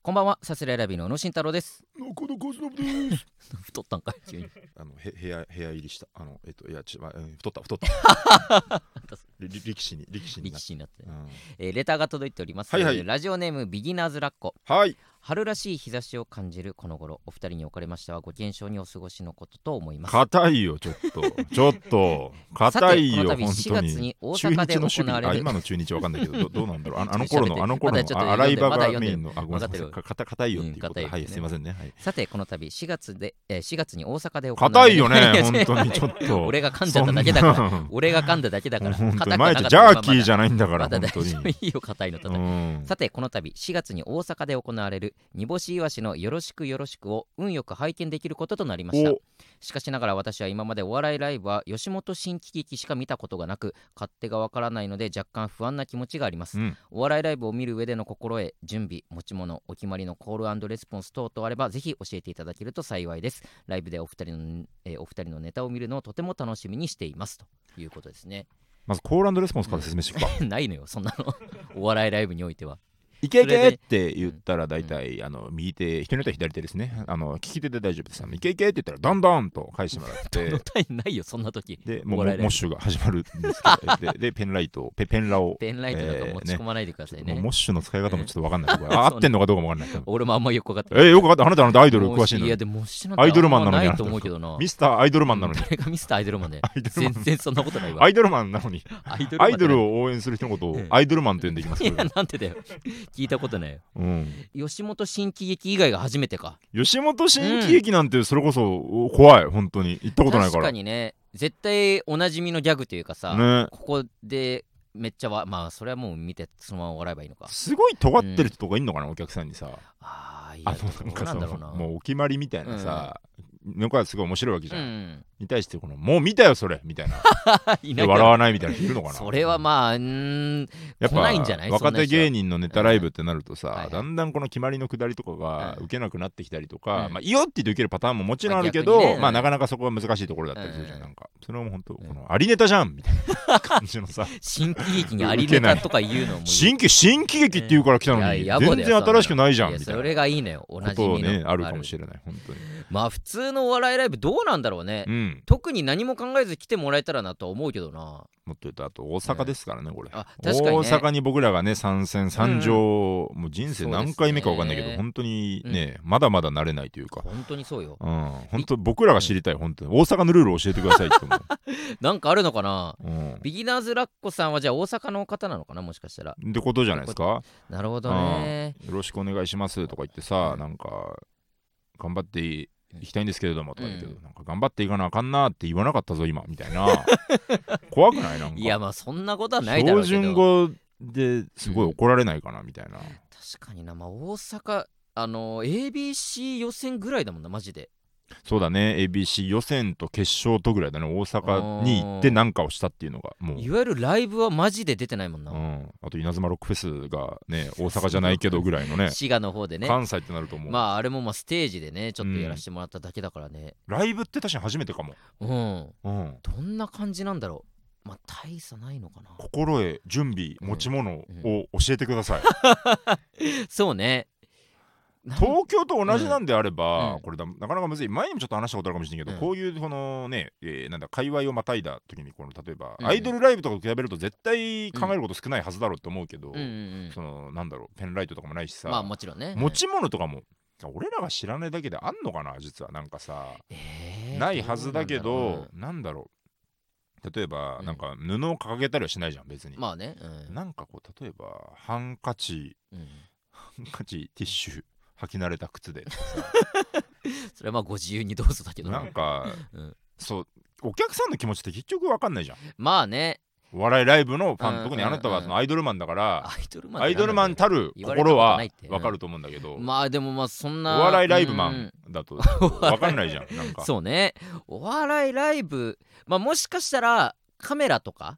こんばんは、さすらいラビの宇野慎太郎です。 中田和信です。 太ったんかい急に。 部屋入りしたいや太った力士になって、レターが届いております、 はいはい、 ラジオネームビギナーズラッコ。 はい。 春らしい日差しを感じるこの頃、お二人におかれましてはご健勝にお過ごしのことと思います。 硬いよちょっと硬いよ。 さてこの度4月に大阪で行われる、 今の中日わかんないけどどうなんだろう。あの頃の洗い場がメインの硬いよっていうことで、はい、すいませんね、はい。 さてこの度4月に大阪で行われる、 硬いよね本当にちょっと俺が噛んじゃっただけだから本当に毎日ジャーキーじゃないんだから、 まだ大本当に丈夫いいよ、硬いの叩い。さてこの度4月に大阪で行われる煮干しイワシのよろしくよろしくを運よく拝見できることとなりました。しかしながら私は今までお笑いライブは吉本新喜劇しか見たことがなく、勝手がわからないので若干不安な気持ちがあります、お笑いライブを見る上での心得、準備、持ち物、お決まりのコール&レスポンス等々あればぜひ教えていただけると幸いです。ライブでお二人のネタを見るのをとても楽しみにしていますということですね。 まずコール&レスポンスから説明していくか。 ないのよそんなのお笑いライブにおいては。 いけいけって言ったら大体、右手、人によっては左手ですね。利き手で大丈夫です。いけいけって言ったらどんどんと返してもらってどのタイムないよそんな時でモッシュが始まるんですけどでペンライトをペンライトなんか持ち込まないでくださいね。 モッシュの使い方もちょっと分かんない合ってんのかどうかも分かんない。 俺もあんまよく分かってない。 よく分かった。あなたアイドル詳しいのに。 いやでもモッシュなんてアイドルマンなのにないと思うけどな。 ミスターアイドルマンなのに。 誰がミスターアイドルマンで全然そんなことないわ。 アイドルマンなのにアイドルを応援する人のことをアイドルマンと呼んでいきます。 いやなんてだよ聞いたことないよ。吉本新喜劇以外が初めてか。 吉本新喜劇なんてそれこそ怖い。本当に行ったことないから。 確かにね、絶対おなじみのギャグというかさ、 ね、 ここでめっちゃまあそれはもう見てそのまま笑えばいいのか。 すごい尖ってる人とかいんのかな、お客さんにさ。 いやなんかなんだろうな、 もうお決まりみたいなさ、のがすごい面白いわけじゃん、に対してもう見たよそれみたいなで笑わないみたいな人いるのかな。それはまあやっぱ来ないんじゃない。 若手芸人のネタライブってなるとさ、だんだんこの決まりのくだりとかが受けなくなってきたりとか、いいよって言って受けるパターンももちろんあるけど、なかなかそこは難しいところだったりするじゃん。なんかそれも本当このありネタじゃんみたいな感じのさ新喜劇にありネタとか言うのも新喜劇って言うから来たのに全然新しくないじゃんみたいな。 それがいいのよ、同じみのあるかもしれない。本当にまあ普通のお笑いライブどうなんだろうね、特に何も考えず来てもらえたらなとは思うけどな。 もっと言うとあと大阪ですからね、これ。 確かにね、 大阪に僕らがね参上、もう人生何回目か分かんないけど、本当にね、まだまだ慣れないというか。 本当にそうよ。 本当僕らが知りたい。本当に大阪のルールを教えてくださいって思うなんかあるのかな、ビギナーズラッコさんはじゃあ大阪の方なのかな、もしかしたら。 ってことじゃないですか。 なるほどね、 よろしくお願いしますとか言ってさ、なんか頑張って行きたいんですけれどもとか言うけど、なんか頑張っていかなあかんなって言わなかったぞ今みたいな怖くない？なんかいやまあそんなことはないだろうけど、 標準語ですごい怒られないかなみたいな。 確かにな、まあ大阪ABC 予選ぐらいだもんなマジで。 そうだね、 ABC 予選と決勝とぐらいだね、大阪に行って何かをしたっていうのが。もういわゆるライブはマジで出てないもんな、 あと稲妻ロックフェスがね大阪じゃないけどぐらいのね滋賀の方でね、 関西ってなると思う。 まああれもまあステージでねちょっとやらせてもらっただけだからね、 ライブって確かに初めてかも。 どんな感じなんだろう。まあ大差ないのかな。 心得、準備、持ち物を教えてくださいそうね、 東京と同じなんであれば、これなかなかむずい。前にもちょっと話したことあるかもしれないけど、こういうこのね、なんだ界隈をまたいだ時に例えば、アイドルライブとかと比べると絶対考えること少ないはずだろうって思うけど、そのなんだろう、ペンライトとかもないしさ、 まあもちろんね、 持ち物とかも俺らが知らないだけであんのかな実は。なんかさ、ないはずだけど、なんだろう、例えばなんか布を掲げたりはしないじゃん別に。 まあね、 なんかこう例えばハンカチ、ティッシュ履き慣れた靴でそれはまあご自由にどうぞだけど、 なんか、そうお客さんの気持ちって結局分かんないじゃん。 まあね、 お笑いライブのファン、特にあなたはそのアイドルマンだから、アイドルマンたる心は分かると思うんだけど、 まあでもまあそんなお笑いライブマンだと分かんないじゃん。なんかそうね、お笑いライブ、まあもしかしたらカメラとか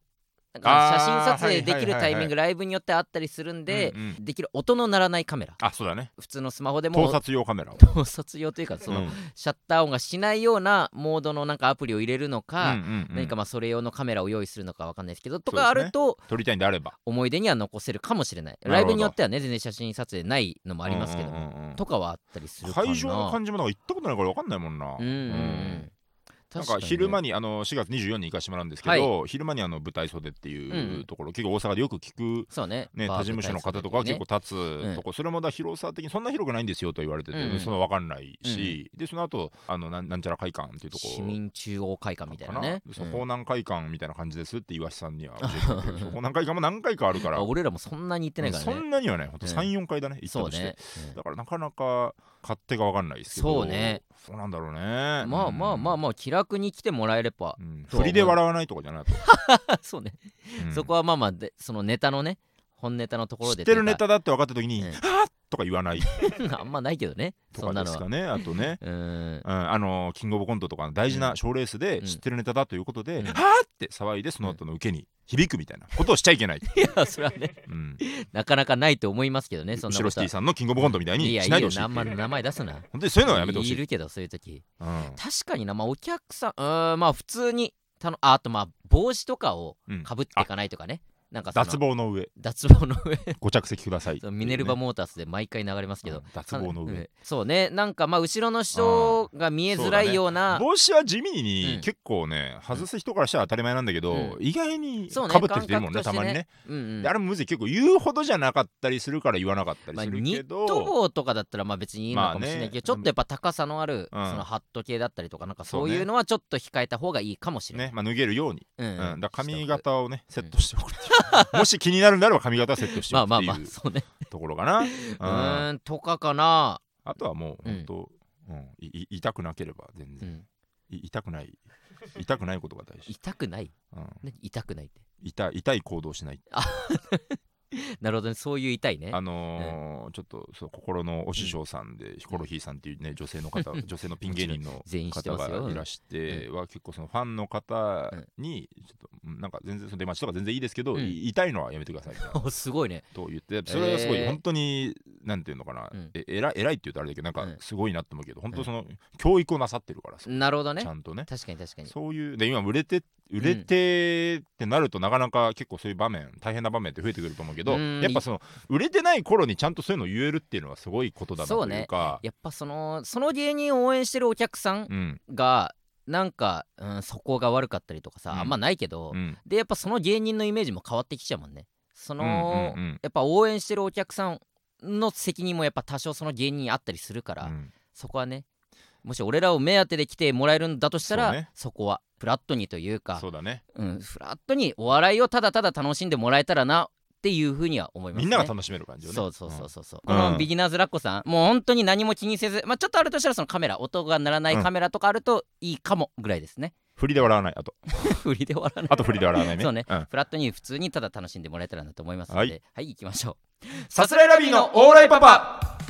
なんか写真撮影できるタイミングライブによってあったりするんで、できる音の鳴らないカメラ、 そうだね、 普通のスマホでも盗撮用カメラを盗撮用というかその、シャッター音がしないようなモードのなんかアプリを入れるのか、何かまあそれ用のカメラを用意するのかわかんないですけどとかあると、 撮りたいんであれば思い出には残せるかもしれない。ライブによってはね全然写真撮影ないのもありますけども、とかはあったりするかな。 会場の感じもなんか行ったことないからわかんないもんな。なんか昼間に4月24日に行かしてもらうんですけど、昼間に舞台袖っていうところ、結構大阪でよく聞く他事務所の方とか結構立つとこ、それも広さ的にそんな広くないんですよと言われてて、そんな分かんないし、でその後なんちゃら会館っていうところ、 市民中央会館みたいなね、 その港南会館みたいな感じですって岩下さんには教えてもらって港南会館も何回かあるから俺らもそんなに行ってないからね。 そんなにはね、ほんと 3,4 回だね行ったとして、だからなかなか勝手が分かんないですけど、 そうね、 そうなんだろうね。 まあ気楽に来てもらえれば、 振りで笑わないとかじゃないとそうね、そこはまあでそのネタのね本ネタのところで知ってるネタだって分かった時に、はっとか言わないあんまないけどね、 とかですかね。あとね、キングオブコントとかの大事な賞レースで知ってるネタだということで、はーって騒いでその後の受けに響くみたいなことをしちゃいけない。 いやそれはね、なかなかないと思いますけどね。そんな後ろシティさんのキングオブコントみたいにしないでほしい。 名前出すな。 本当にそういうのはやめてほしい。 いるけどそういう時、確かにな、まあお客さんまあ普通にあとまあ帽子とかをかぶっていかないとかね、なんか脱帽の上ご着席ください、 ミネルヴァモータースで毎回流れますけど、 脱帽の上、 そうね、なんかまあ後ろの人が見えづらいような、 帽子は地味に結構ね外す人からしたら当たり前なんだけど、意外にかぶってきてるもんね、たまにね。あれもむずい、結構言うほどじゃなかったりするから言わなかったりするけど、 ニット帽とかだったらまあ別にいいのかもしれないけど、ちょっとやっぱ高さのあるそのハット系だったりとか、なんかそういうのはちょっと控えた方がいいかもしれないね。脱げるように、だ髪型をねセットしておくっていう、もし気になるんであれば髪型セットしておくっていうところかな。 とかかな。 あとはもう本当痛くなければ全然痛くないことが大事。 痛くない痛くないって痛い行動しない。 なるほどね、そういう痛いね。 ちょっとそう心のお師匠さんで、ヒコロヒーさんっていうね女性の方女性のピン芸人の方がいらしては、結構そのファンの方にちょっとなんか全然その出待ちとか全然いいですけど、痛いのはやめてくださいみたいなすごいねと言って、それがすごい本当になんていうのかな、偉いって言うとあれだけど、なんかすごいなと思うけど、本当その教育をなさってるから、 なるほどね、 ちゃんとね、 確かにそういうで、今売れてってなるとなかなか結構そういう場面、大変な場面って増えてくると思うけど、やっぱその売れてない頃にちゃんとそういうのを言えるっていうのはすごいことだなというか。そうね、 やっぱその芸人を応援してるお客さんが、なんか、素行が悪かったりとかさ、あんまないけど、でやっぱその芸人のイメージも変わってきちゃうもんね。その、やっぱ応援してるお客さんの責任もやっぱ多少その芸人にあったりするから、そこはね、もし俺らを目当てで来てもらえるんだとしたら、そこはフラットにというか、 そうだね、 フラットにお笑いをただただ楽しんでもらえたらなっていうふうには思いますね。 みんなが楽しめる感じよね。 そう、このビギナーズラッコさん、もう本当に何も気にせず、まあちょっとあるとしたらそのカメラ、音が鳴らないカメラとかあるといいかもぐらいですね。 振りで笑わない、あと振りで笑わない、 あと振りで笑わないね。 そうね、フラットに普通にただ楽しんでもらえたらなと思いますので、はい、行きましょう。 さすらいラビーのオーライパパ。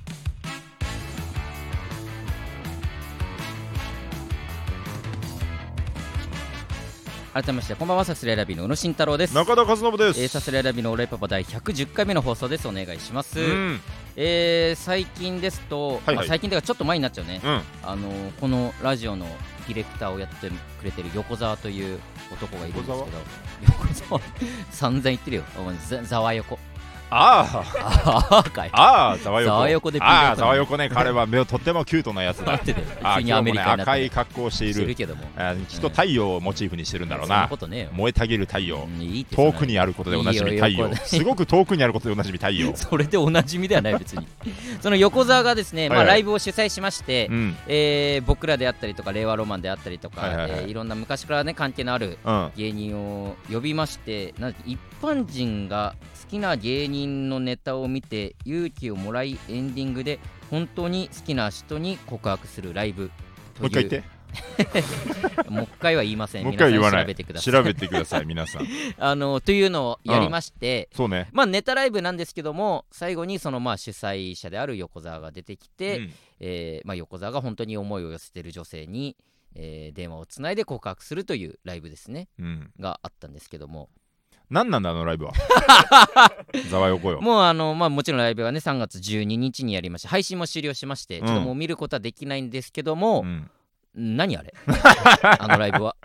改めましてこんばんは、さすらいラビーの宇野慎太郎です。 中田和信です。 さすらいラビーのオーライパパ第110回目の放送です。お願いします。最近ですと、最近ではちょっと前になっちゃうね、このラジオのディレクターをやってくれてる横澤という男がいるんですけど、横澤散々言ってるよ、ざわ横。ざわ横でピンざわ横ね、彼はとってもキュートなやつだ。 急にアメリカになって赤い格好をしているけども、きっと太陽をモチーフにしてるんだろうな。燃えたぎる太陽、遠くにあることでおなじみ太陽、すごく遠くにあることでおなじみ太陽。 それでおなじみではない別に。その横澤がですね、ライブを主催しまして、僕らであったりとか令和ロマンであったりとか、いろんな昔からね関係のある芸人を呼びまして、一般人が好きな芸人のネタを見て勇気をもらい、エンディングで本当に好きな人に告白するライブという。 もう一回言ってもう一回は言いません。 もう一回言わない。 皆さん調べてください。 調べてください皆さん。 というのをやりまして、 そうね、 まあネタライブなんですけども、最後にそのまあ主催者である横澤が出てきて、まあ横澤が本当に思いを寄せている女性に、電話をつないで告白するというライブですね、があったんですけども、 何なんだあのライブはざわよこよ。 もうまあもちろんライブはね3月12日にやりまして、配信も終了しまして、ちょっともう見ることはできないんですけども、何あれあのライブは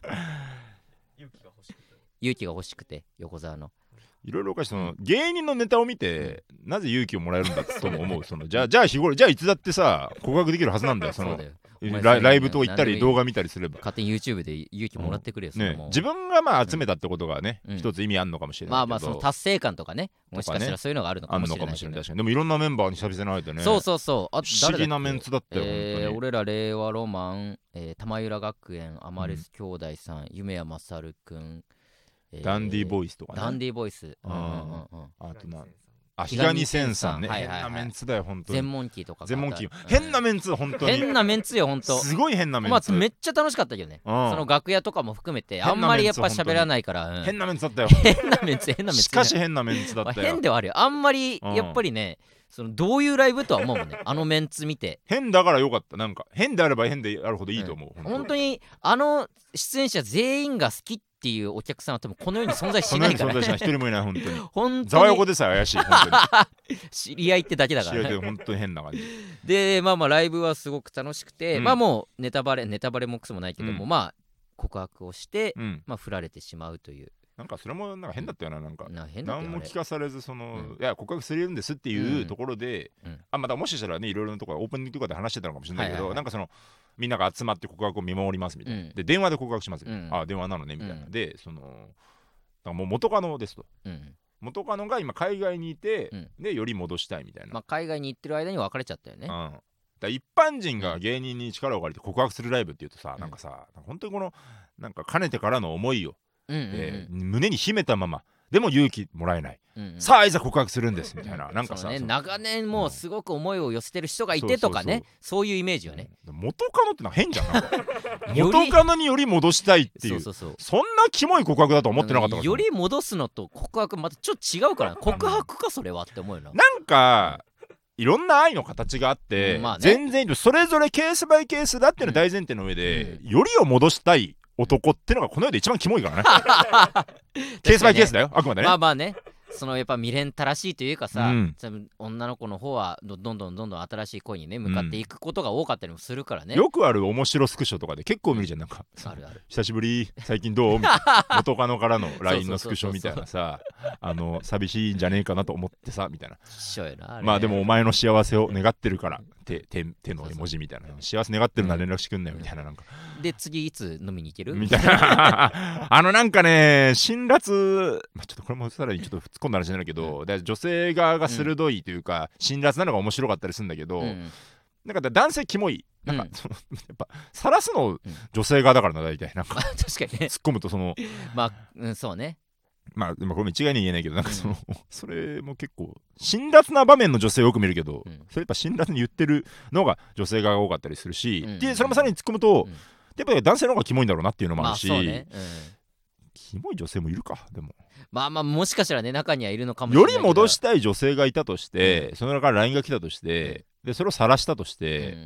勇気が欲しくて横澤のいろいろおかしい、その芸人のネタを見てなぜ勇気をもらえるんだとも思う。そのじゃあ日頃いつだってさ告白できるはずなんだよ。そのライブと行ったり動画見たりすれば勝手に YouTube で勇気もらってくれよ、 ね、自分がまあ集めたってことがね、一つ意味あるのかもしれないけど、 まあまあその達成感とかね、もしかしたらそういうのがあるのかもしれないけど、 確かに。でもいろんなメンバーに久々に会えてね、 そう不思議なメンツだったよ、本当に。 俺ら令和ロマン、玉浦学園、アマレス兄弟さん、夢谷勝くん、 ダンディーボイスとかね。 ダンディーボイス、 あとな比嘉二千さんね、変なメンツだよ本当に。 全問キーとか全問キー変なメンツ、本当に変なメンツよ、本当すごい変なメンツ。 まあめっちゃ楽しかったけどね、その楽屋とかも含めてあんまりやっぱ喋らないから変なメンツだったよ。 変なメンツしかし変なメンツだったよ。 変ではあるよ、あんまりやっぱりね、そのどういうライブとは思うもんね、あのメンツ見て。 変だからよかった。なんか変であれば変であるほどいいと思う。 本当にあの出演者全員が好きっていうお客さんは多分この世に存在しないから、ね、 一人もいない。本当に本当にざわ横でさえ怪しい。本当に知り合いってだけだからね。 本当に変な感じで、まあライブはすごく楽しくて、まあもうネタバレもクソもないけども、まあ告白をして、まあ振られてしまうという。 なんかそれもなんか変だったよな。なんか何も聞かされず、そのいや告白するんですっていうところで、またもしかしたらね、いろいろなところオープニングとかで話してたのかもしれないけど、なんかそのみんなが集まって告白を見守りますみたいな、で電話で告白します、あ電話なのねみたいな、でそのもう元カノですと、元カノが今海外にいて、でより戻したいみたいな、 まあ海外に行ってる間に別れちゃったよね。 だ一般人が芸人に力を借りて告白するライブっていうとさ、なんかさ本当にこのなんかかねてからの思いを胸に秘めたままでも勇気もらえない、さあいざ告白するんですみたいな、なんかさ、 長年もうすごく思いを寄せてる人がいてとかね、そういうイメージよね。 元カノってのは変じゃん。元カノにより戻したいっていう、そんなキモい告白だと思ってなかったから。 より戻すのと告白またちょっと違うから、告白かそれはって思うよな。 なんかいろんな愛の形があって、全然それぞれケースバイケースだっていうの大前提の上で、よりを戻したい男ってのがこの世で一番キモいからね。ケースバイケースだよ、あくまでね。 まあね、そのやっぱ未練たらしいというかさ、女の子の方はどんどん新しい恋にね向かっていくことが多かったりもするからね。 よくある面白スクショとかで結構見るじゃん、なんか久しぶり最近どうみたいな元カノからの LINE のスクショみたいなさ、寂しいんじゃねえかなと思ってさみたいな、まあでもお前の幸せを願ってるから手の絵文字みたいな、幸せ願ってるなら連絡してくんなよみたいな、なんかで次いつ飲みに行けるみたいななんかね辛辣、ちょっとこれもさらにちょっと突っ込んだ話になるけど、女性側が鋭いというか辛辣なのが面白かったりするんだけど、なんか男性キモい、なんかやっぱ晒すの女性側だからな、大体なんか確かにね突っ込むとそのまあそうね、 まあこれも一概に言えないけど、なんかそれも結構辛辣な場面の女性をよく見るけど、それやっぱ辛辣に言ってるのが女性側が多かったりするし、でそれもさらに突っ込むとやっぱり男性の方がキモいんだろうなっていうのもあるし、キモい女性もいるか。でもまあもしかしたらね中にはいるのかもしれないけど、 より戻したい女性がいたとして、その中から LINE が来たとして、でそれを晒したとして、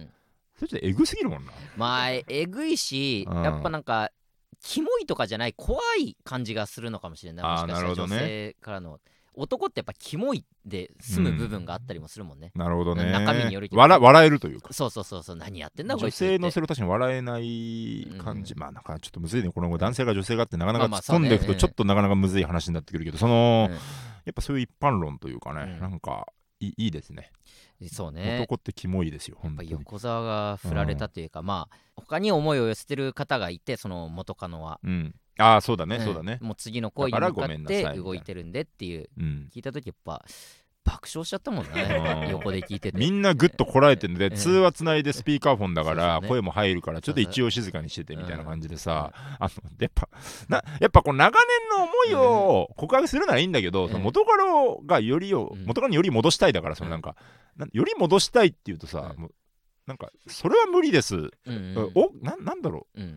それちょっとエグすぎるもんな。 まあエグいし、やっぱなんかキモいとかじゃない怖い感じがするのかもしれない。もしかしたら女性からの、男ってやっぱキモいで済む部分があったりもするもんね。 なるほどね。 中身によるけど笑えるというか、 そう何やってんだ女性のそれを確かに笑えない感じ、まあなんかちょっとむずいね、この男性が女性がってなかなか突っ込んでいくとちょっとなかなかむずい話になってくるけど、そのやっぱそういう一般論というかね、なんかいいですね。 そうね、 男ってキモいですよ本当に。 横澤が振られたというか、まあ他に思いを寄せてる方がいて、その元カノは、 ああそうだね、そうだね、 もう次の恋に向かって動いてるんでっていう、聞いた時やっぱ爆笑しちゃったもんね横で聞いてて。 みんなグッとこらえてるんで、通話つないでスピーカーフォンだから声も入るからちょっと一応静かにしててみたいな感じでさ、やっぱこう長年の思いを告白するならいいんだけど、その元カノが元カノにより戻したいだから、そのなんかより戻したいっていうとさ、もうなんかそれは無理です、なんだろう、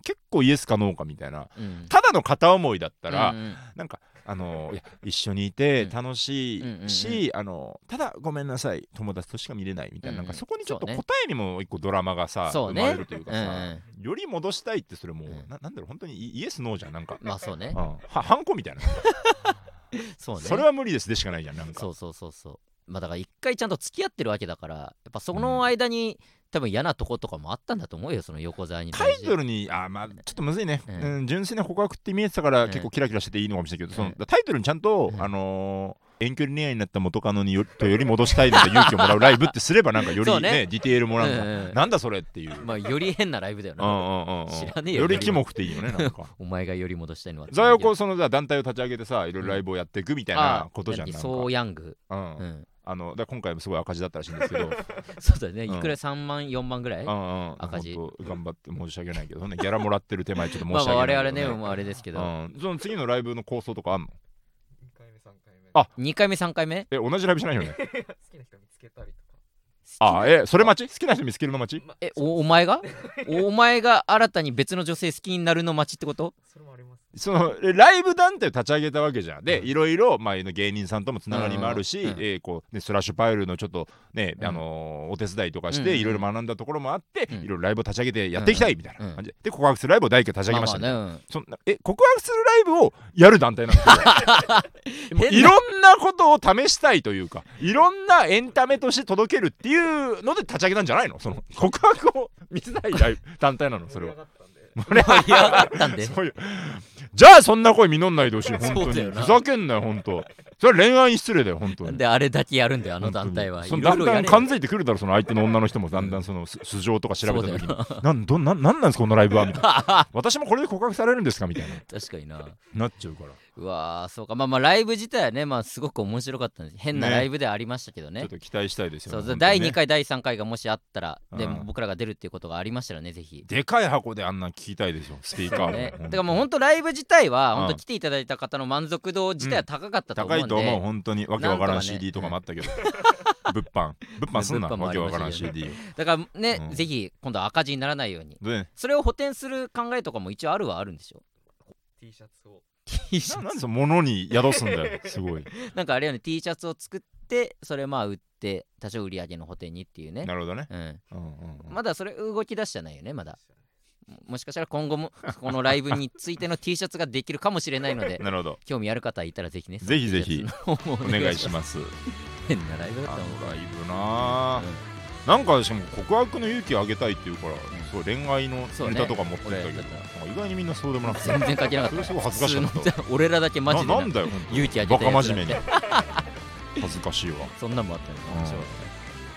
結構イエスかノーかみたいな、 うん、 ただの片思いだったら、 うんうん、 なんかいや一緒にいて楽しいし、ただごめんなさい友達としか見れないみたいな、なんかそこにちょっと答えにも一個ドラマがさ、生まれるというかさ、より戻したいってそれもう、なんだろう本当にイエスノーじゃん、なんかまあそうね、 ハンコみたいなそうね、 それは無理ですでしかないじゃん、なんかそうまあだから一回ちゃんと付き合ってるわけだから、やっぱその間に、多分嫌なとことかもあったんだと思うよ、その横澤にタイトルにまあちょっとむずいね、純粋な告白って見えてたから結構キラキラしてていいのかもしれないけど、そのタイトルにちゃんと、遠距離恋愛になった元カノにより戻したいので勇気をもらうライブってすればなんかよりねディテールもなんか、なんだそれっていう、 まあより変なライブだよな、知らねえよ、 よりキモくていいよね、なんかお前がより戻したいのはザヨコその団体を立ち上げてさ、いろいろライブをやっていくみたいなことじゃん、 そうヤング、 だ今回もすごい赤字だったらしいんですけどそうだね、いくら3万4万ぐらい赤字、 頑張って申し訳ないけどね、ギャラもらってる手前ちょっと申し訳ないけど、 ね、 我々ねあれですけど、 その次のライブの構想とかあんの ？2回目3回目。 2回目3回目、 同じライブしないよね好きな人見つけたりとか。 それ待ち？好きな人見つけるの待ち？ お前がお前が新たに別の女性好きになるの待ちってこと？ それもあります。 そのライブ団体を立ち上げたわけじゃん。でいろいろ芸人さんともつながりもあるし、スラッシュパイルのちょっとね、お手伝いとかしていろいろ学んだところもあって、いろいろライブを立ち上げてやっていきたいみたいな感じで告白するライブを第1回立ち上げましたね。告白するライブをやる団体なんですけどいろんなことを試したいというか、いろんなエンタメとして届けるっていうので立ち上げたんじゃないの？その告白を見せたいライブ団体なのそれは。 盛り上がったんでじゃあそんな声実んないでほしい、本当にふざけんなよ本当。それ恋愛に失礼だよ本当に。 であれだけやるんだよあの団体は。 だんだん感づいてくるだろ、その相手の女の人もだんだんその素性とか調べた時になんなんですこのライブはみたいな私もこれで告白されるんですかみたいな確かになっちゃうから。 うわーそうか、まあライブ自体はね、すごく面白かったんです。変なライブではありましたけどね。 ちょっと期待したいですよね。 そう第2回第3回がもしあったら、で僕らが出るっていうことがありましたらね、ぜひでかい箱であんな聞きたいですよ、スピーカーね。だからもう本当ライブ自体は本当来ていただいた方の満足度自体は高かったと思うんで、 高いと思う本当に。わけわからん CD とかもあったけど物販すんな、わけわからん CD だからね、ぜひ今度は赤字にならないように、それを補填する考えとかも一応あるはあるんでしょ。 T シャツをなんでその物に宿すんだよすごいなんかあれよね、 T シャツを作ってそれ売って多少売り上げの補填にっていうね。 なるほどね、 まだそれ動き出してないよねまだ。もしかしたら今後もこのライブについての T シャツができるかもしれないのでなるほど、 興味ある方いたらぜひね、 ぜひぜひお願いします。 変なライブだったもん。 ライブな、なんかしかも告白の勇気をあげたいっていうから、そう恋愛のネタとか持ってったけど、意外にみんなそうでもなくて全然書けなかった。 それすごい恥ずかしかった。 俺らだけマジでなんだよ勇気あげたやつバカ真面目に恥ずかしいわ。 そんなんもあったね。面白かったね。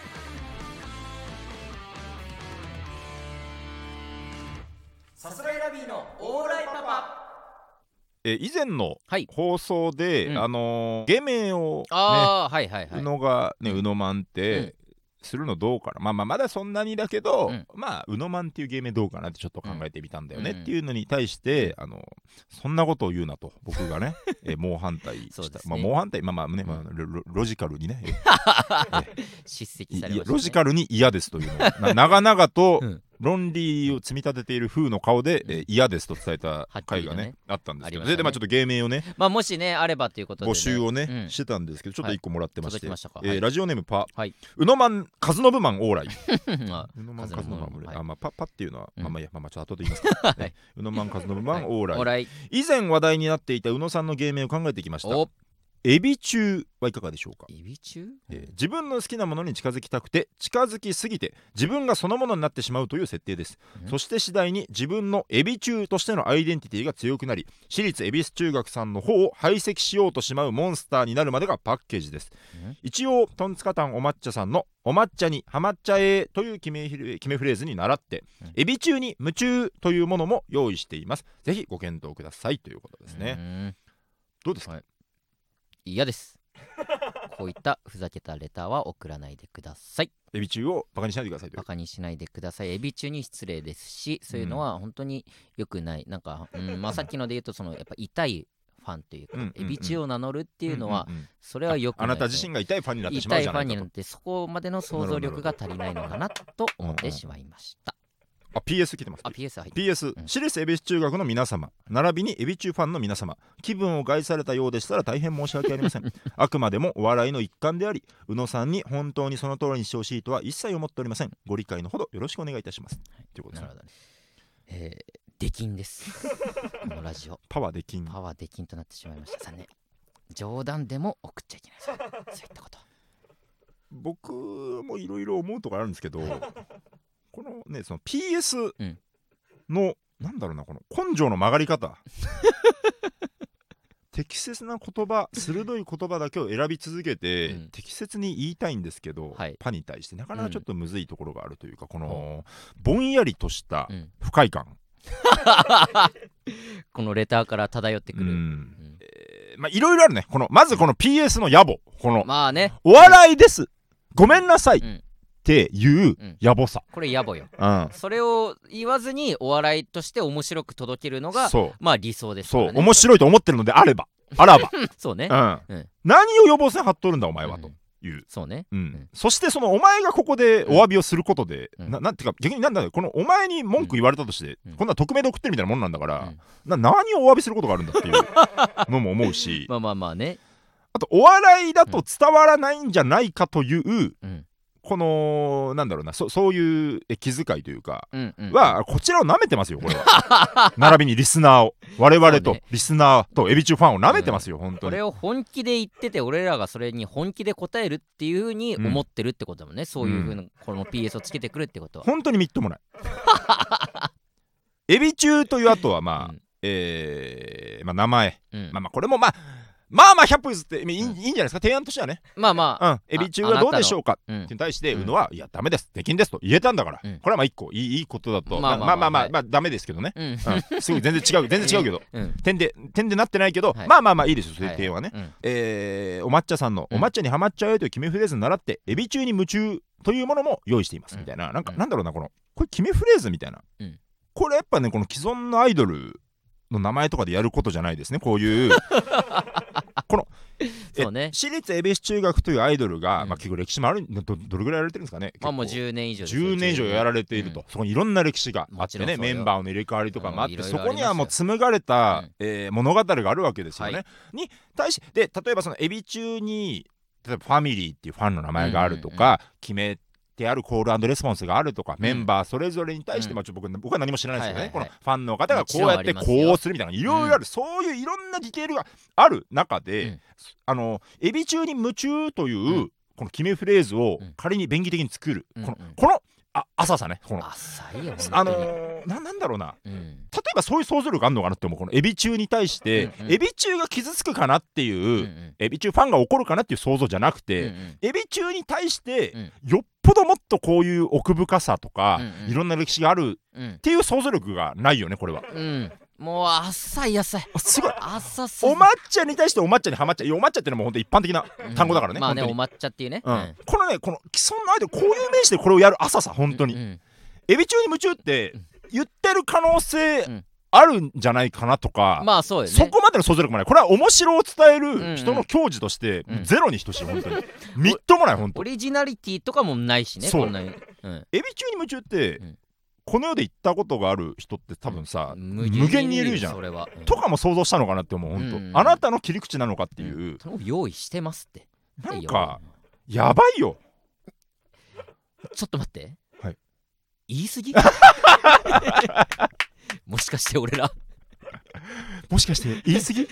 さすらいラビーのオーライパパ。 以前の放送で、芸名を宇野がね、宇野マンってするのどうかな、まだそんなにだけど、宇野マンっていう芸名どうかなってちょっと考えてみたんだよねっていうのに対して、そんなことを言うなと僕がね猛反対した。猛反対、ロジカルにね叱責されましたね。 ロジカルに嫌ですというのを長々と論理を積み立てている風の顔で嫌ですと伝えた回がねあったんですけど、でちょっと芸名をねもしねあればということで募集をねしてたんですけど、ちょっと1個もらってまして、ラジオネームパ宇野マン和信マン往来宇野マン和信マンパっていうのはちょっと後で言いますか宇野マン和信マン往来。以前話題になっていた宇野さんの芸名を考えてきました。エビ中はいかがでしょうか。 エビ中、 自分の好きなものに近づきたくて近づきすぎて自分がそのものになってしまうという設定です。そして次第に自分のエビ中としてのアイデンティティが強くなり、私立恵比寿中学さんの方を排斥しようとしまうモンスターになるまでがパッケージです。一応トンツカタンお抹茶さんのお抹茶にハマっちゃえという決めフレーズに倣ってエビ中に夢中というものも用意しています。ぜひご検討くださいということですね。どうですか。 嫌です。こういったふざけたレターは送らないでください。 エビ中をバカにしないでください。 バカにしないでください。エビ中に失礼ですし、そういうのは本当に良くない。なんか、さっきので言うとやっぱ痛いファンというか、エビ中を名乗るっていうのはそれは良くない。 あなた自身が痛いファンになってしまうじゃないかと。 痛いファンになってそこまでの想像力が足りないのかなと思ってしまいました。 PS 来てます。 PS 入って PS、私立恵比寿中学の皆様並びにエビ中ファンの皆様、気分を害されたようでしたら大変申し訳ありませんあくまでもお笑いの一環であり、宇野さんに本当にその通りにしてほしいとは一切思っておりません。ご理解のほどよろしくお願いいたします、ということです。 なるほどね。出禁ですこのラジオパワー出禁となってしまいました。残念。冗談でも送っちゃいけないそういったこと。 僕もいろいろ思うところあるんですけどこのね、その PS の、なんだろうな、この根性の曲がり方適切な言葉、鋭い言葉だけを選び続けて、適切に言いたいんですけど、パに対してなかなかちょっとむずいところがあるというか、このぼんやりとした不快感、 このレターから漂ってくる、 まあいろいろあるね。まずこの PS の野暮、この、 まあね、 お笑いです、ごめんなさいっていう野暮さ、 これ野暮よ、それを言わずにお笑いとして面白く届けるのがまあ理想ですからね。 そう、面白いと思ってるのであらばそうね、 何を予防線張っとるんだお前は、という。 そうね、 そしてそのお前がここでお詫びをすることで、なんていうか逆になんだろう、このお前に文句言われたとして、こんな匿名で送ってるみたいなもんなんだから、何をお詫びすることがあるんだっていうのも思うしまあね、 あとお笑いだと伝わらないんじゃないかという、このなんだろうな、そういう気遣いというかは、こちらを舐めてますよ、これは並びにリスナーを、我々とリスナーとエビ中ファンを舐めてますよ、本当に。 これを本気で言ってて、俺らがそれに本気で答えるっていう風に思ってるってことだもんね、そういう風なこの PS をつけてくるってことは本当にみっともないエビ中という後はまあ、名前、これもまあ100歩譲っていいんじゃないですか、提案としてはね。エビ中はどうでしょうかってに対して宇野は、いやダメです、できんですと言えたんだから、これはまあ一個いいことだと、まあダメですけどね、すごい全然違うけど、点でなってないけど、まあいいですよ、そういう提案はね。お抹茶さんのお抹茶にハマっちゃうよという決めフレーズに倣ってエビ中に夢中というものも用意していますみたいな、なんだろうな、これ決めフレーズみたいな、これやっぱね、この既存のアイドルの名前とかでやることじゃないですね、こういうこのそうね、 私立恵比寿中学というアイドルが、結構歴史もある、どれぐらいやられてるんですかね。 もう10年以上 10年以上やられていると、そこにいろんな歴史があってね、メンバーの入れ替わりとかもあって、そこにはもう紡がれた物語があるわけですよね。に対して例えばその恵比中に例えばファミリーっていうファンの名前があるとか、決めてあるコール&レスポンスがあるとか、メンバーそれぞれに対して、僕は何も知らないですけどね、このファンの方がこうやってこうするみたいな、いろいろある、そういういろんなディテールがある中で、エビ中に夢中というこの決めフレーズを仮に便宜的に作る、この浅さね、この浅いよ、 なんだろうな、例えばそういう想像力あるのかなって思う。このエビ中に対してエビ中が傷つくかなっていう、エビ中ファンが怒るかなっていう想像じゃなくて、エビ中に対してよっぽどもっとこういう奥深さとかいろんな歴史があるっていう想像力がないよね、これは。 もう浅いすごい浅すぎ。 お抹茶に対してお抹茶にハマっちゃう。お抹茶ってのも本当一般的な単語だからね。 まあね、お抹茶っていうね、 この既存のアイドル、こういう名詞でこれをやる浅さ、本当にエビ中に夢中って言ってる可能性あるんじゃないかなとか、 まあそうよね、 そこまでの想像力もない。これは面白を伝える人の矜持としてゼロに等しい、本当にみっともない。本当オリジナリティとかもないしね。 そう、 こんなに、 エビ中に夢中って、この世で行ったことがある人って多分さ、無限にいるじゃん、 それは、 とかも想像したのかなって思う。本当、あなたの切り口なのかっていう、 用意してますって。 なんかやばいよ。 ちょっと待って、言い過ぎもしかして俺らもしかして言い過ぎ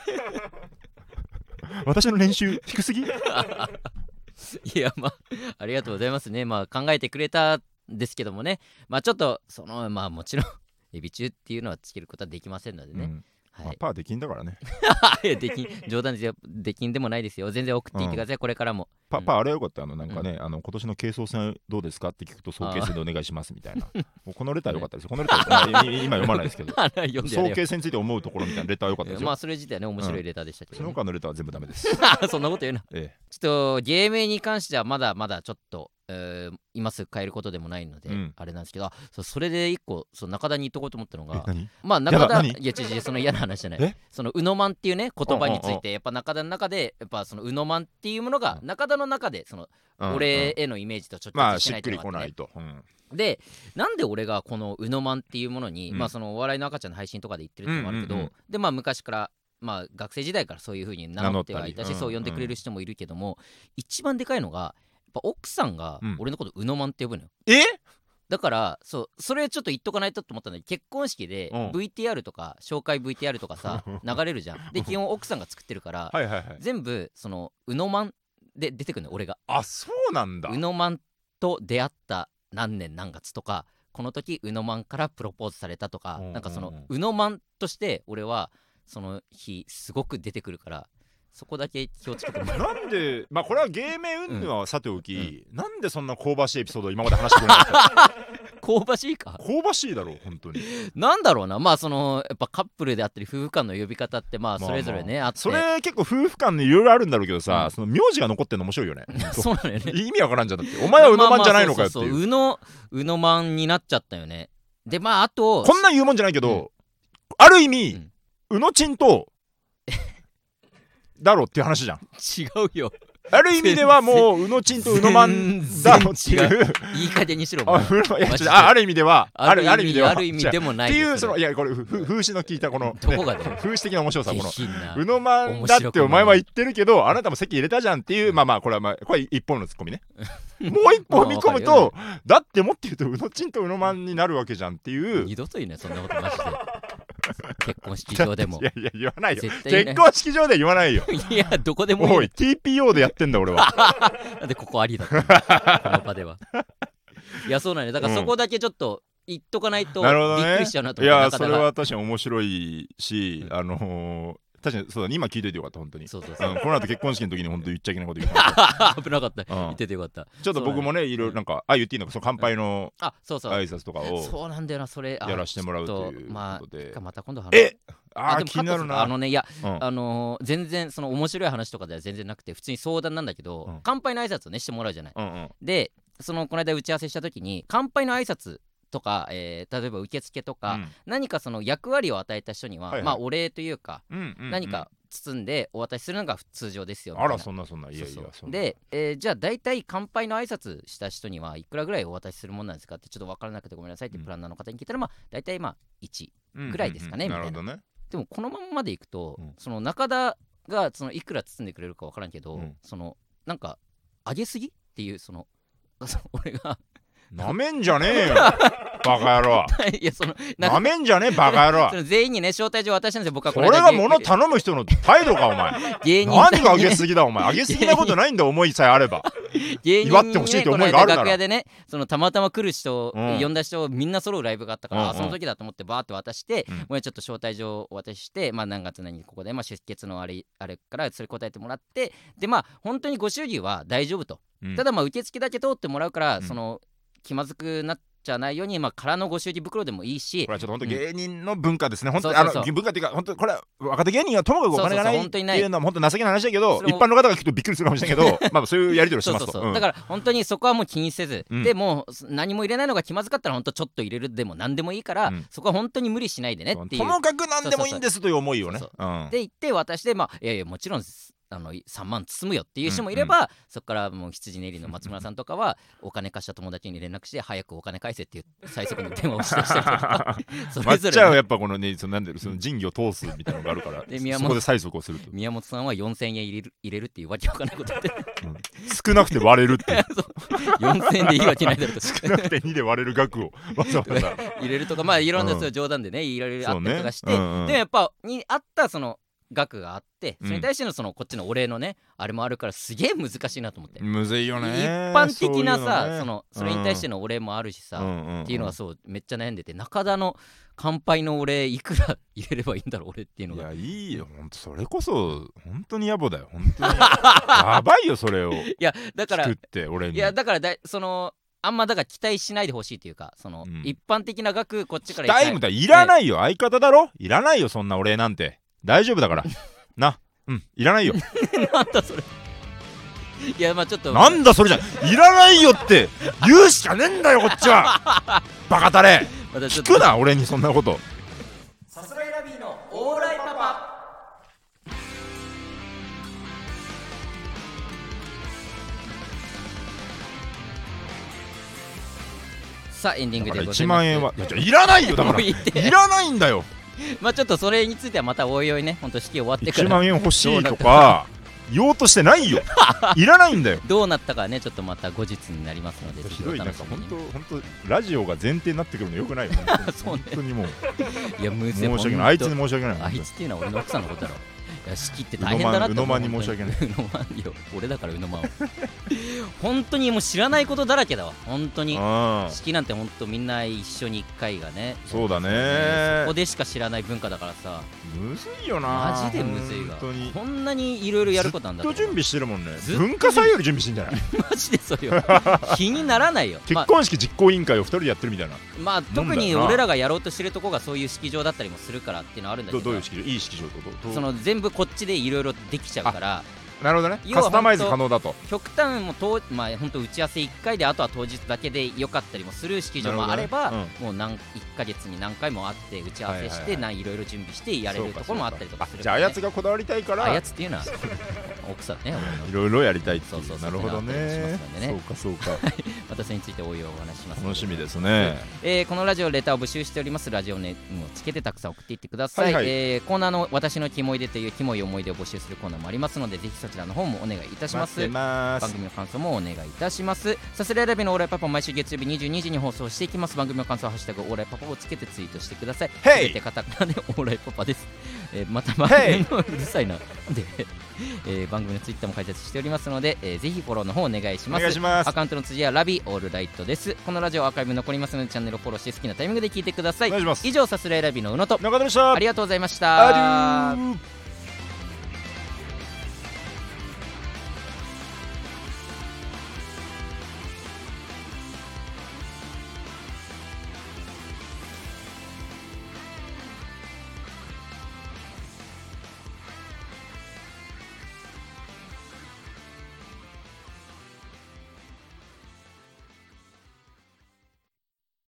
私の練習低すぎいや、ありがとうございますね。考えてくれたんですけどもね、ちょっともちろんエビ中っていうのはつけることはできませんのでね、 パーできんだからねできん、冗談ですよ。できんでもないですよ。全然送っていってください、これからも。 パーあれよかった、なんかね、今年の軽装戦どうですかって聞くと、早慶戦でお願いしますみたいなこのレターよかったですよ。このレター今読まないですけど早慶戦について思うところみたいなレターよかったですよ。 それ自体はね、面白いレターでしたけど、 その他のレターは全部ダメですそんなこと言うな。ちょっと芸名に関してはまだまだちょっと今すぐ買えることでもないので、 うんあれなんですけど、それで一個中田に言っとこうと思ったのが、 何まあ中田何いや違うその嫌な話じゃないえそのうのまんっていうね言葉についてやっぱ中田の中でやっぱそのうのまんっていうものが中田の中でその俺へのイメージとちょっとまあしないしっくりっていうのがあってねこないと、 でなんで俺がこのうのまんっていうものに、 うんまあそのお笑いの赤ちゃんの配信とかで言ってるってのもあるけど、 うんうんうんでまあ昔からまあ学生時代からそういう風に名乗ってはいたし、 名乗ったりそう呼んでくれる人もいるけども、一番でかいのがやっぱ奥さんが俺のことうのまんって呼ぶのよ。 えだからそれちょっと言っとかないとと思ったんだけど、結婚式でうん VTR とか紹介 VTR とかさ流れるじゃん。で基本奥さんが作ってるからはいはいはい全部そのうのまんで出てくるのよ俺が。 あそうなんだうのまんと出会った何年何月とか、この時うのまんからプロポーズされたとか、 うんなんかそのうのまんとして俺はその日すごく出てくるから、そこだけ気をつけてもらう。 なんでまあこれは芸名云々はさておき、なんでそんな香ばしいエピソードを今まで話してくれなかった香ばしいか香ばしいだろう本当になんだろうな、まあそのやっぱカップルであったり夫婦間の呼び方ってまあそれぞれね、あってそれ結構夫婦間でいろいろあるんだろうけどさ、 うんその名字が残ってんの面白いよねそうなのよね。 意味わからんじゃんだってお前はうのまんじゃないのかよっていう、 まあまあそうそうそううのまんになっちゃったよね。でまああとこんなん言うもんじゃないけど、ある意味、うのちんとだろっていう話じゃん。 違うよ。 ある意味ではもううのちんとうのまんだろっていういい加減にしろ。 あある意味ではある意味ではある意味でもないっていうそれいやこれ風刺の効いたこの、 どこがだよ風刺的な面白さこの下品なうのまんだってお前は言ってるけどあなたも席入れたじゃんっていう、まあまあこれはこれ一本のツッコミねもう一歩踏み込むと、だってもっと言うとうのちんとうのまんになるわけじゃんっていう二度といいねそんなことマジで。結婚式場でもいやいや言わないよ絶対ね結婚式場で言わないよいやどこでもいいおい TPO でやってんだ俺はなんでここありだったこの場では。いやそうなんね、だからそこだけちょっと言っとかないとびなるほどねっくりしちゃうなとい思って。中田がやそれは確かに面白いし、確かにそうだね今聞いといてよかった本当にそうそうそうこの後結婚式の時に本当言っちゃいけないこと言うから危なかった、 うん言っててよかった。 ちょっと僕もねいろいろなんか言っていいのかその乾杯のあそうそう挨拶とかをそうなんだよなそれやらしてもらうというまことであまた今度話でも気気になるないや、 うん全然その面白い話とかでは全然なくて普通に相談なんだけど、 うん乾杯の挨拶をねしてもらうじゃない。 うんうんでこの間打ち合わせした時に乾杯の挨拶とか、例えば受付とか、何かその役割を与えた人には、 はいはいまあお礼というか、 うんうんうん何か包んでお渡しするのが通常ですよみたあいな。 らそんないやいやそうそうそんなで、じゃあ大体乾杯の挨拶した人にはいくらぐらいお渡しするもんなんですかってちょっと分からなくてごめんなさいってプランナーの方に聞いたら、まあ大体まあ1ぐらいですかねみたいな。 るほどねでもこのまんまでいくと、 うんその中田がそのいくら包んでくれるか分からんけど、 うんそのなんか上げすぎっていうその俺がなめんじゃねえよバカ野郎いやそのなめんじゃねえバカ野郎その全員にね招待状渡したんですよ僕はそれが物頼む人の態度かお前芸人何が上げすぎだお前上げすぎなことないんだ思いさえあれば芸人に、ね、 祝ってほしいって思いがあるならこの間楽屋でねそのたまたま来る人、 うん呼んだ人みんな揃うライブがあったから、 うんうんその時だと思ってバーって渡して、 うんもうちょっと招待状をお渡ししてまあ何月何ここで、まあ、出血のあれからそれ答えてもらってでまあ本当にご祝儀は大丈夫と、 うんただまあ受付だけ通ってもらうから、 うんその気まずくなっちゃないようにまあ空のご祝儀袋でもいいしこれはちょっと本当芸人の文化ですね、本当にそうそうそう文化っていうか本当これは若手芸人はともかくお金がないってそうそうそう本当にないいうのは本当情けない話だけどそれも一般の方が聞くとびっくりするかもしれないけどまあそういうやり取りをしますとだから本当にそこはもう気にせず、 うんでもう何も入れないのが気まずかったら本当ちょっと入れるでも何でもいいから、 うんそこは本当に無理しないでねっていうともかく何でもいいんですという思いをねそううんで言って渡してまあいやいやもちろん3万包むよっていう人もいれば、そこからもう羊練りの松村さんとかはお金貸した友達に連絡して早くお金返せっていう最速の電話をしてしたりとかそまっれぞれね、 ちゃんはやっぱこのねそのなんだろうその仁義を通すみたいなのがあるからで宮本そこで催促をすると宮本さんは4000円入れるっていうわけわかんないこと言って少なくて割れるって 4000円でいいわけないだろと少なくて2で割れる額をわざわざ入れるとかまあいろんなうん冗談でねいろいろあそうねったりとかして、 うんうんでもやっぱにあったその額があってうんそれに対してのそのこっちのお礼のねあれもあるからすげえ難しいなと思って、 むずいよね一般的なさそういうのねそれに対してのお礼もあるしさ、っていうのはそうめっちゃ悩んでて中田の乾杯のお礼いくら入れればいいんだろう俺っていうのがいやいいよほんとそれこそ本当に野暮だよ本当にやばいよそれをいやだから聞くって俺にいやだからそのあんまだから期待しないでほしいというかその、 うん一般的な額こっちからタイムだいらないよ相方だろいらないよそんなお礼なんて大丈夫だからないらないよなんだそれいやまあちょっとなんだそれじゃいらないよって言うしかねえんだよこっちはバカタレまたちょっと聞くな俺にそんなこと。 さすらいラビーのオーライパパ。さあエンディングでございます。 1万円はいらないよだからもういいっていらないんだよ。 まあちょっとそれについてはまたおいおいね、ほんと式終わってから 1万円欲しいとか言おうとしてないよいらないんだよ。 どうなったかね、ちょっとまた後日になりますので、ぜひひどい、なんお楽しみに。 か本当ラジオが前提になってくるのよくないよそうね本当にもういやむ申し訳ない、あいつに申し訳ない。 あいつっていうのは俺の奥さんのことだろ。いや式って大変だなってうのまんに申し訳ない。 うのまんよ、俺だからうのまんを本当にもう知らないことだらけだわ本当に。式なんて本当みんな一緒に1回がね。 そうだね、 そこでしか知らない文化だからさ、 むずいよなマジでむずいわ。 本当にこんなにいろいろやることなんだずっと準備してるもんね。 ずっと文化祭より準備してんじゃないマジでそれよ気にならないよ結婚式実行委員会を2人でやってるみたいな。 まあ特に俺らがやろうとしてるとこがそういう式場だったりもするからっていうのはあるんだけど、 どういう式場？いい式場ってこと？ その全部こっちでいろいろできちゃうから。 なるほどね、 要はカスタマイズ可能だと。 極端もまあ本当打ち合わせ1回であとは当日だけでよかったりもする式場もあれば、もう1ヶ月に何回も会って打ち合わせしていろいろ準備してやれるところもあったりとかするから、ね。 じゃああやつがこだわりたいから、 あやつっていうのは奥さんね、 いろいろやりたいっていう。 そうなるほどね。そうかまたそれについておいお話します。 楽しみですね。 このラジオレターを募集しております。ラジオネームをつけてたくさん送っていってください。コーナーの私のキモいでというキモい思い出を募集するコーナーもありますので、ぜひそちらの方もお願いいたします。番組の感想もお願いいたします。さすらいラビのオーライパパ、毎週月曜日22時に放送していきます。番組の感想はハッシュタグオーライパパをつけてツイートしてください。すべてカタカナでオーライパパです。また番組のうるさいなで、番組のツイッターも開設しておりますので、ぜひフォローの方お願いします。アカウントの辻はラビオールライトです。このラジオアーカイブ残りますのでチャンネルをフォローして好きなタイミングで聞いてください。以上さすらいラビの宇野と中田でした。 ありがとうございました。